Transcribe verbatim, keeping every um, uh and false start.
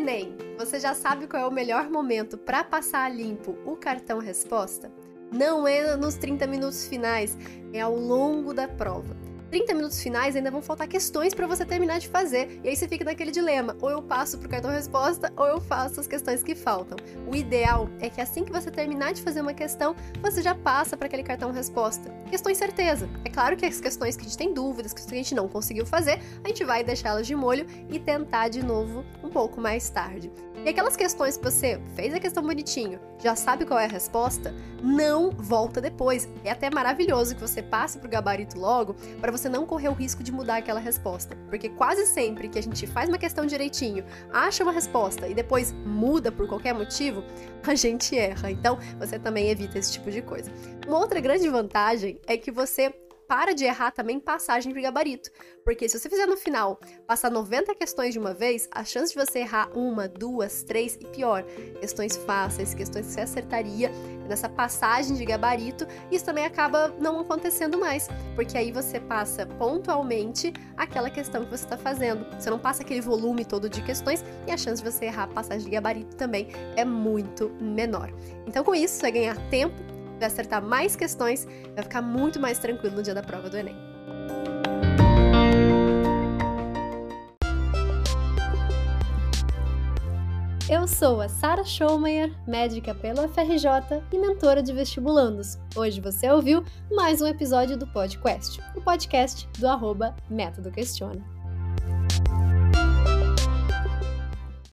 Enem, você já sabe qual é o melhor momento para passar a limpo o cartão resposta? Não é nos trinta minutos finais, é ao longo da prova. trinta minutos finais ainda vão faltar questões para você terminar de fazer, e aí você fica naquele dilema, ou eu passo pro cartão resposta, ou eu faço as questões que faltam. O ideal é que assim que você terminar de fazer uma questão, você já passa para aquele cartão resposta. Questões certeza. É claro que as questões que a gente tem dúvidas, que a gente não conseguiu fazer, a gente vai deixá-las de molho e tentar de novo um pouco mais tarde. E aquelas questões que você fez a questão bonitinho, já sabe qual é a resposta, não volta depois. É até maravilhoso que você passe pro gabarito logo, para você não correr o risco de mudar aquela resposta. Porque quase sempre que a gente faz uma questão direitinho, acha uma resposta e depois muda por qualquer motivo, a gente erra. Então, você também evita esse tipo de coisa. Uma outra grande vantagem é que você para de errar também passagem de gabarito. Porque se você fizer no final, passar noventa questões de uma vez, a chance de você errar uma, duas, três e pior, questões fáceis, questões que você acertaria nessa passagem de gabarito, isso também acaba não acontecendo mais. Porque aí você passa pontualmente aquela questão que você está fazendo. Você não passa aquele volume todo de questões e a chance de você errar a passagem de gabarito também é muito menor. Então com isso, você vai ganhar tempo, vai acertar mais questões, vai ficar muito mais tranquilo no dia da prova do Enem. Eu sou a Sara Schomayer, médica pelo F R J e mentora de vestibulandos. Hoje você ouviu mais um episódio do podcast, o podcast do arroba Método Questiona.